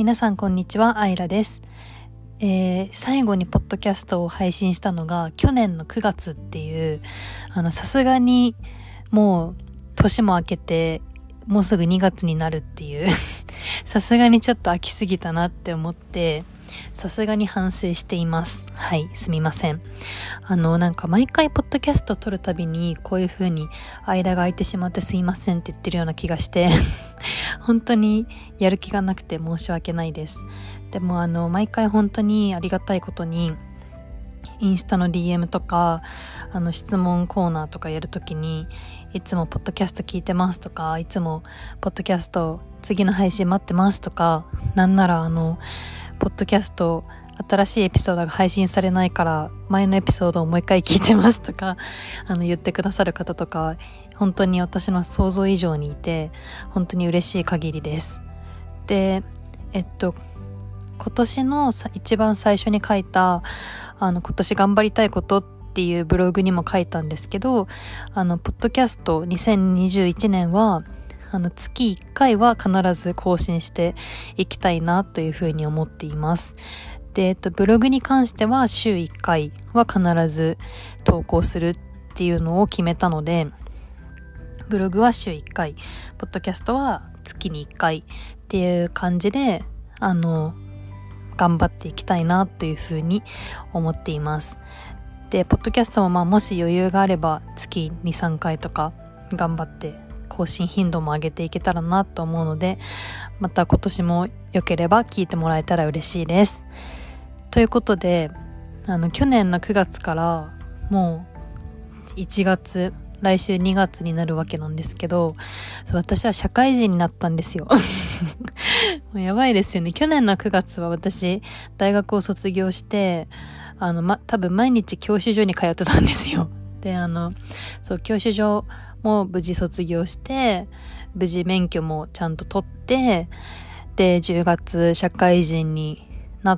皆さんこんにちは、アイラです。最後にポッドキャストを配信したのが去年の9月っていう、さすがにもう年も明けてもうすぐ2月になるっていうさすがにちょっと飽きすぎたなって思ってさすがに反省しています。はい、すみません。なんか毎回ポッドキャスト撮るたびにこういう風に間が空いてしまってすいませんって言ってるような気がして本当にやる気がなくて申し訳ないです。でも毎回本当にありがたいことにインスタの DM とか質問コーナーとかやるときにいつもポッドキャスト聞いてますとか、いつもポッドキャスト次の配信待ってますとか、なんならポッドキャスト新しいエピソードが配信されないから前のエピソードをもう一回聞いてますとか言ってくださる方とか本当に私の想像以上にいて本当に嬉しい限りです。で今年の一番最初に書いた今年頑張りたいことっていうブログにも書いたんですけど、ポッドキャスト2021年は月1回は必ず更新していきたいなというふうに思っています。で、ブログに関しては週1回は必ず投稿するっていうのを決めたので、ブログは週1回、ポッドキャストは月に1回っていう感じで、頑張っていきたいなというふうに思っています。で、ポッドキャストももし余裕があれば月2、3回とか頑張って更新頻度も上げていけたらなと思うので、また今年も良ければ聞いてもらえたら嬉しいです。ということで、去年の9月からもう1月、来週2月になるわけなんですけど、私は社会人になったんですよ。もうやばいですよね。去年の9月は私、大学を卒業して、多分毎日教習所に通ってたんですよ。で、教習所も無事卒業して、無事免許もちゃんと取って、で、10月社会人になって、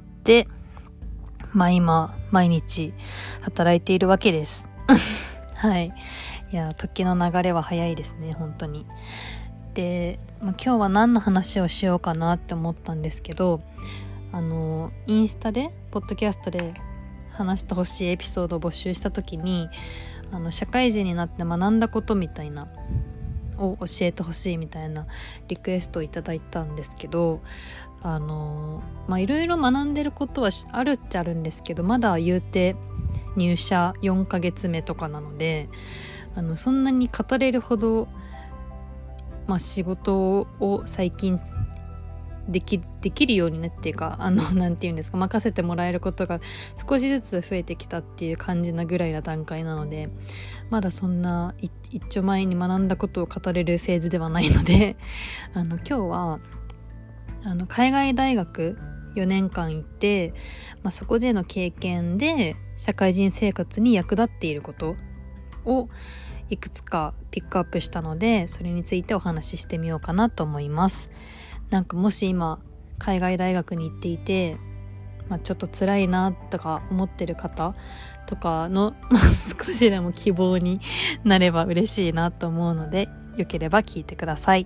今、毎日働いているわけです。はい。いや、時の流れは早いですね、本当に。で、今日は何の話をしようかなって思ったんですけど、インスタで、ポッドキャストで話してほしいエピソードを募集した時に、社会人になって学んだことみたいなを教えてほしいみたいなリクエストをいただいたんですけど、いろいろ学んでることはあるっちゃあるんですけど、まだ言うて入社4ヶ月目とかなので、そんなに語れるほど、仕事を最近できるようにねっていうか、なんていうんですか、任せてもらえることが少しずつ増えてきたっていう感じなぐらいな段階なので、まだそんな一丁前に学んだことを語れるフェーズではないので今日は海外大学4年間行って、そこでの経験で社会人生活に役立っていることをいくつかピックアップしたので、それについてお話ししてみようかなと思います。なんかもし今海外大学に行っていて、ちょっと辛いなとか思ってる方とかの少しでも希望になれば嬉しいなと思うので、よければ聞いてください。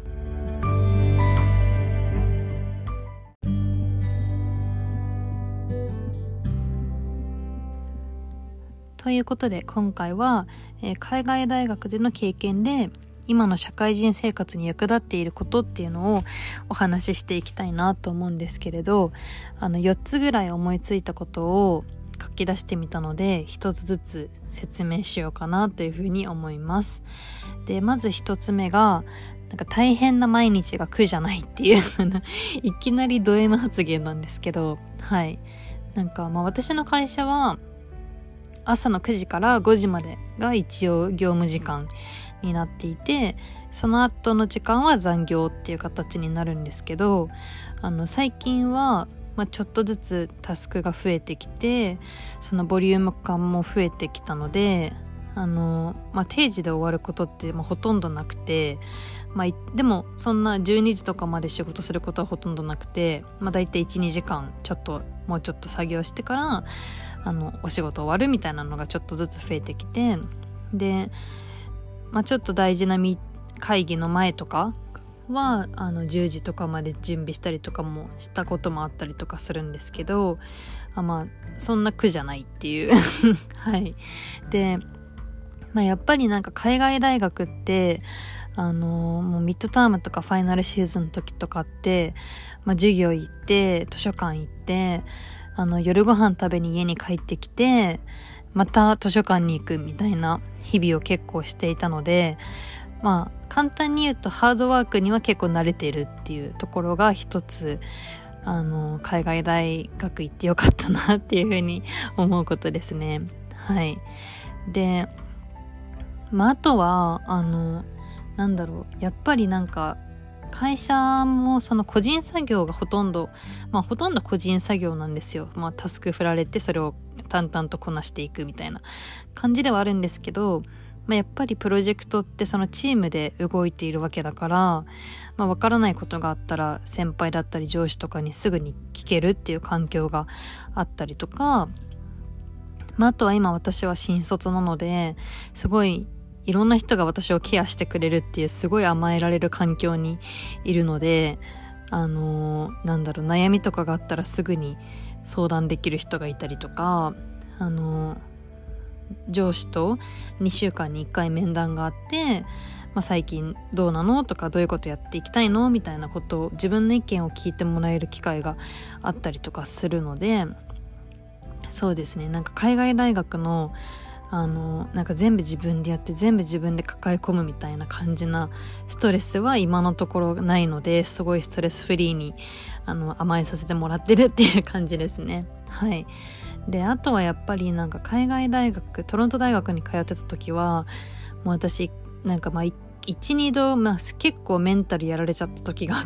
ということで今回は、海外大学での経験で今の社会人生活に役立っていることっていうのをお話ししていきたいなと思うんですけれど、4つぐらい思いついたことを書き出してみたので、1つずつ説明しようかなというふうに思います。で、まず1つ目が大変な毎日が苦じゃないっていういきなりド M 発言なんですけど、はい。私の会社は朝の9時から5時までが一応業務時間になっていて、その後の時間は残業っていう形になるんですけど、最近は、ちょっとずつタスクが増えてきて、そのボリューム感も増えてきたので、定時で終わることってほとんどなくて、でもそんな12時とかまで仕事することはほとんどなくて、だいたい 1,2 時間もうちょっと作業してからお仕事終わるみたいなのがちょっとずつ増えてきて、でちょっと大事な会議の前とかは10時とかまで準備したりとかもしたこともあったりとかするんですけど、まあそんな苦じゃないっていうはいで、やっぱりなんか海外大学ってもうミッドタームとかファイナルシーズンの時とかって、授業行って図書館行って夜ご飯食べに家に帰ってきてまた図書館に行くみたいな日々を結構していたので、簡単に言うとハードワークには結構慣れているっていうところが一つ海外大学行ってよかったなっていうふうに思うことですね。はい。で、あとはやっぱりなんか会社もその個人作業がほとんど個人作業なんですよ。タスク振られてそれを淡々とこなしていくみたいな感じではあるんですけど、やっぱりプロジェクトってそのチームで動いているわけだから、わからないことがあったら先輩だったり上司とかにすぐに聞けるっていう環境があったりとか、あとは今私は新卒なのですごいいろんな人が私をケアしてくれるっていうすごい甘えられる環境にいるので、悩みとかがあったらすぐに相談できる人がいたりとか、上司と2週間に1回面談があって、最近どうなのとかどういうことやっていきたいのみたいなことを自分の意見を聞いてもらえる機会があったりとかするので、そうですね、なんか海外大学のなんか全部自分でやって全部自分で抱え込むみたいな感じなストレスは今のところないので、すごいストレスフリーに甘えさせてもらってるっていう感じですね。はい。で、あとはやっぱりなんか海外大学、トロント大学に通ってた時はもう私なんか1、2度、結構メンタルやられちゃった時があって、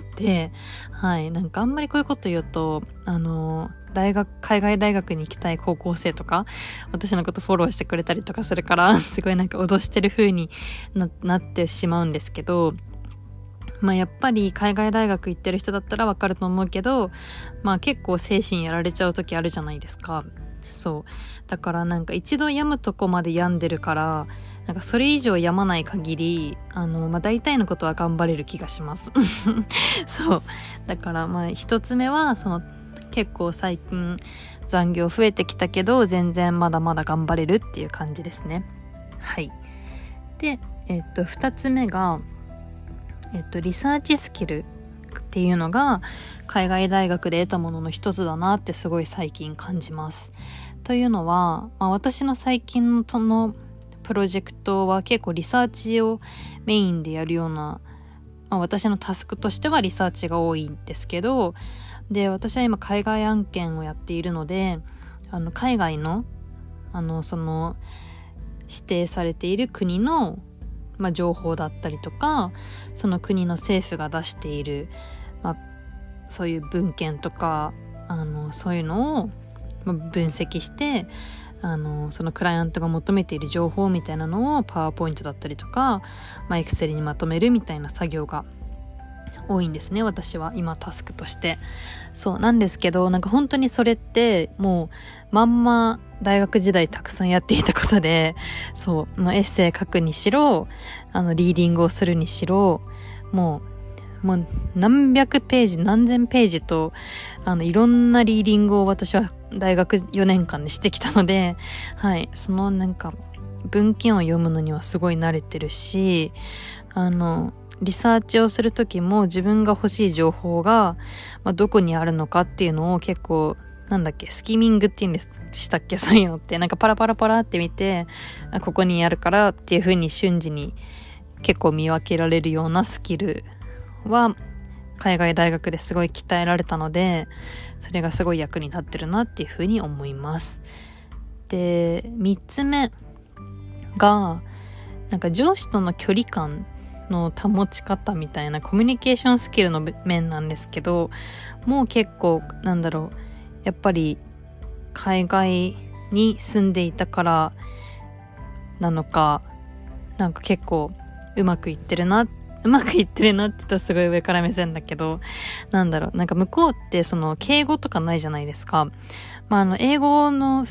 はい。なんかあんまりこういうこと言うと海外大学に行きたい高校生とか私のことフォローしてくれたりとかするからすごいなんか脅してる風に なってしまうんですけど、やっぱり海外大学行ってる人だったらわかると思うけど、結構精神やられちゃう時あるじゃないですか。そうだからなんか一度病むとこまで病んでるから、なんかそれ以上病まない限り大体のことは頑張れる気がしますそうだから一つ目はその結構最近残業増えてきたけど全然まだまだ頑張れるっていう感じですね。はい。で、二つ目がリサーチスキルっていうのが海外大学で得たものの一つだなってすごい最近感じます。というのは、私の最近のプロジェクトは結構リサーチをメインでやるような、私のタスクとしてはリサーチが多いんですけど、で、私は今海外案件をやっているので、海外のその指定されている国の情報だったりとか、その国の政府が出している、そういう文献とかそういうのを分析して、そのクライアントが求めている情報みたいなのをパワーポイントだったりとか、エクセルにまとめるみたいな作業が多いんですね、私は今タスクとして。そうなんですけど、なんか本当にそれってもうまんま大学時代たくさんやっていたことで、そう、エッセイ書くにしろリーディングをするにしろ、もう何百ページ何千ページといろんなリーディングを私は大学4年間でしてきたので、はい、そのなんか文献を読むのにはすごい慣れてるし、リサーチをするときも自分が欲しい情報が、どこにあるのかっていうのを結構スキミングって言うんでしたっけ、そういうのってなんかパラパラパラって見て、ここにあるからっていう風に瞬時に結構見分けられるようなスキルは海外大学ですごい鍛えられたので、それがすごい役に立ってるなっていう風に思います。で、3つ目がなんか上司との距離感の保ち方みたいなコミュニケーションスキルの面なんですけど、もう結構やっぱり海外に住んでいたからなのか、なんか結構うまくいってるなって言ったらすごい上から目線だけど、なんか向こうってその敬語とかないじゃないですか。英語の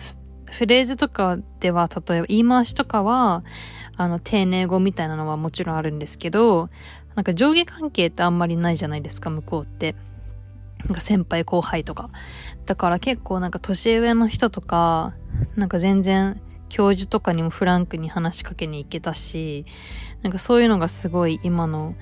フレーズとかでは、例えば言い回しとかは、丁寧語みたいなのはもちろんあるんですけど、なんか上下関係ってあんまりないじゃないですか、向こうって。なんか先輩後輩とか。だから結構なんか年上の人とか、なんか全然教授とかにもフランクに話しかけに行けたし、なんかそういうのがすごい今の、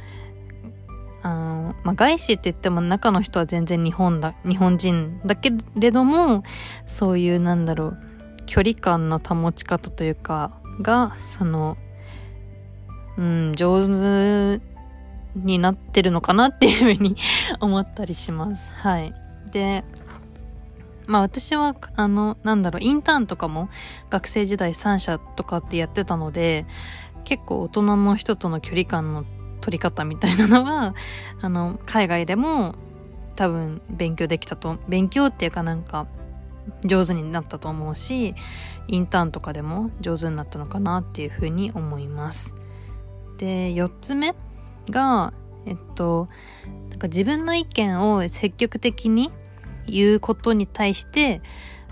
外資って言っても中の人は全然日本人だけれども、そういう距離感の保ち方というか、が、上手になってるのかなっていうふうに思ったりします。はい。で、私は、インターンとかも学生時代3社とかってやってたので、結構大人の人との距離感の取り方みたいなのは、海外でも多分勉強っていうか上手になったと思うし、インターンとかでも上手になったのかなっていうふうに思います。で、4つ目が、なんか自分の意見を積極的に言うことに対して、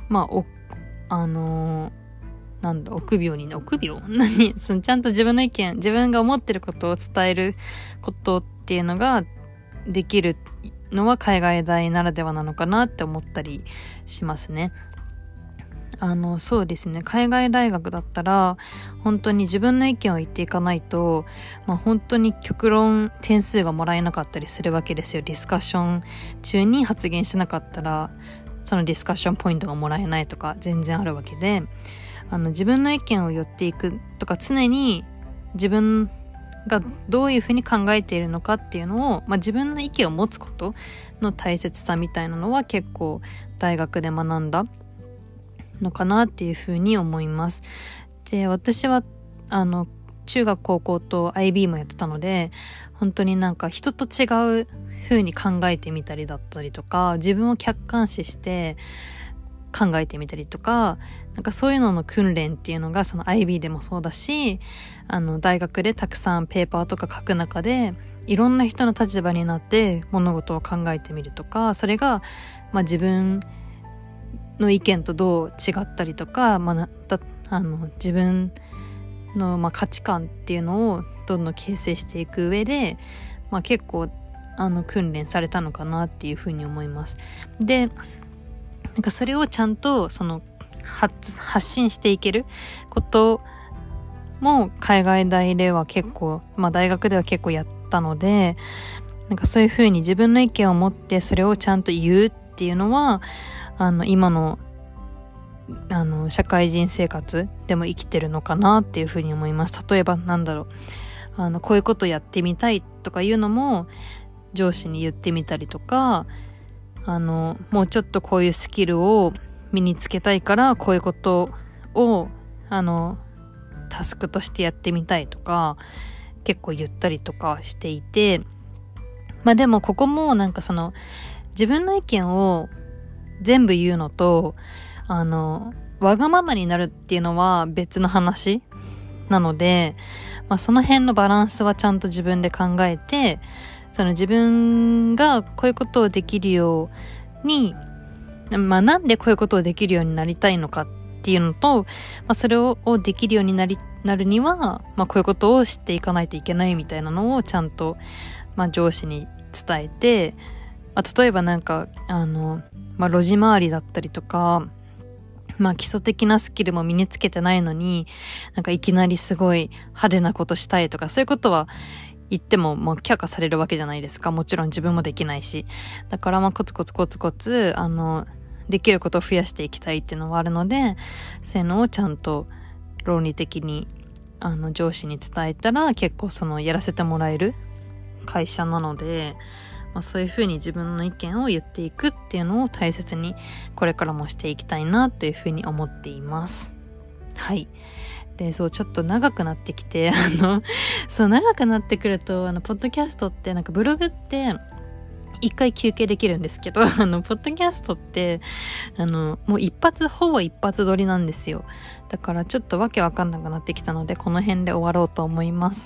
臆病ちゃんと自分の意見、自分が思ってることを伝えることっていうのができるのは海外大ならではなのかなって思ったりしますね。そうですね。海外大学だったら、本当に自分の意見を言っていかないと、本当に極論点数がもらえなかったりするわけですよ。ディスカッション中に発言しなかったら、そのディスカッションポイントがもらえないとか全然あるわけで、自分の意見を言っていくとか、常に自分がどういうふうに考えているのかっていうのを、自分の意見を持つことの大切さみたいなのは結構大学で学んだのかなっていうふうに思います。で、私は中学高校と IB もやってたので、本当に人と違う風に考えてみたりだったりとか、自分を客観視して考えてみたりとか、そういうのの訓練っていうのがその IB でもそうだし、大学でたくさんペーパーとか書く中で、いろんな人の立場になって物事を考えてみるとか、それが自分の意見とどう違ったりとか、自分の価値観っていうのをどんどん形成していく上で、結構訓練されたのかなっていうふうに思います。で、それをちゃんと発信していけることも海外大では結構、大学では結構やったので、そういうふうに自分の意見を持ってそれをちゃんと言うっていうのは、今の社会人生活でも生きてるのかなっていうふうに思います。例えばこういうことやってみたいとかいうのも上司に言ってみたりとか、もうちょっとこういうスキルを身につけたいからこういうことをタスクとしてやってみたいとか結構言ったりとかしていて、でもここも自分の意見を全部言うのとわがままになるっていうのは別の話なので、その辺のバランスはちゃんと自分で考えて、自分がこういうことをできるように、なんでこういうことをできるようになりたいのかっていうのと、それをできるようになるには、こういうことを知っていかないといけないみたいなのをちゃんと、上司に伝えて、例えば路地回りだったりとか、基礎的なスキルも身につけてないのに、いきなりすごい派手なことしたいとか、そういうことは言っても却下されるわけじゃないですか。もちろん自分もできないし。だからコツコツできることを増やしていきたいっていうのはあるので、そういうのをちゃんと論理的に上司に伝えたら結構やらせてもらえる会社なので、そういうふうに自分の意見を言っていくっていうのを大切にこれからもしていきたいなというふうに思っています。はい。で、ちょっと長くなってきて、長くなってくると、ポッドキャストってブログって一回休憩できるんですけど、ポッドキャストって、もうほぼ一発撮りなんですよ。だからちょっとわけわかんなくなってきたので、この辺で終わろうと思います。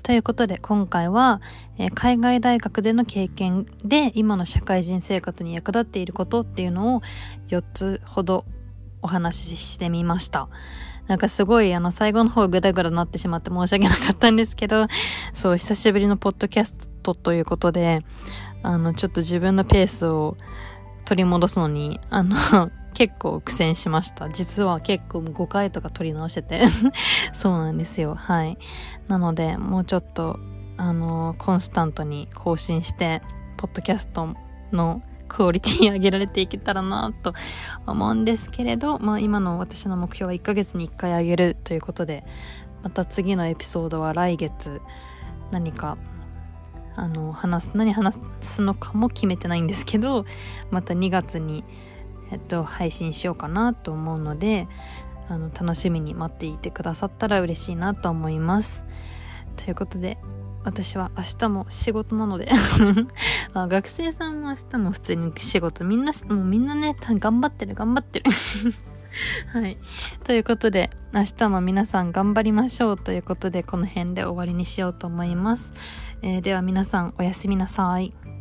ということで今回は、海外大学での経験で今の社会人生活に役立っていることっていうのを4つほどお話ししてみました。なんかすごい最後の方グダグダなってしまって申し訳なかったんですけど、そう久しぶりのポッドキャストということでちょっと自分のペースを取り戻すのに結構苦戦しました。実は結構5回とか取り直しててそうなんですよ。はい。なのでもうちょっとコンスタントに更新してポッドキャストのクオリティ上げられていけたらなと思うんですけれど、今の私の目標は1ヶ月に1回上げるということで、また次のエピソードは来月何か何話すのかも決めてないんですけど、また2月に配信しようかなと思うので楽しみに待っていてくださったら嬉しいなと思います。ということで私は明日も仕事なので学生さんも明日も普通に仕事、みんなね頑張ってるはい。ということで明日も皆さん頑張りましょうということでこの辺で終わりにしようと思います。では皆さんおやすみなさい。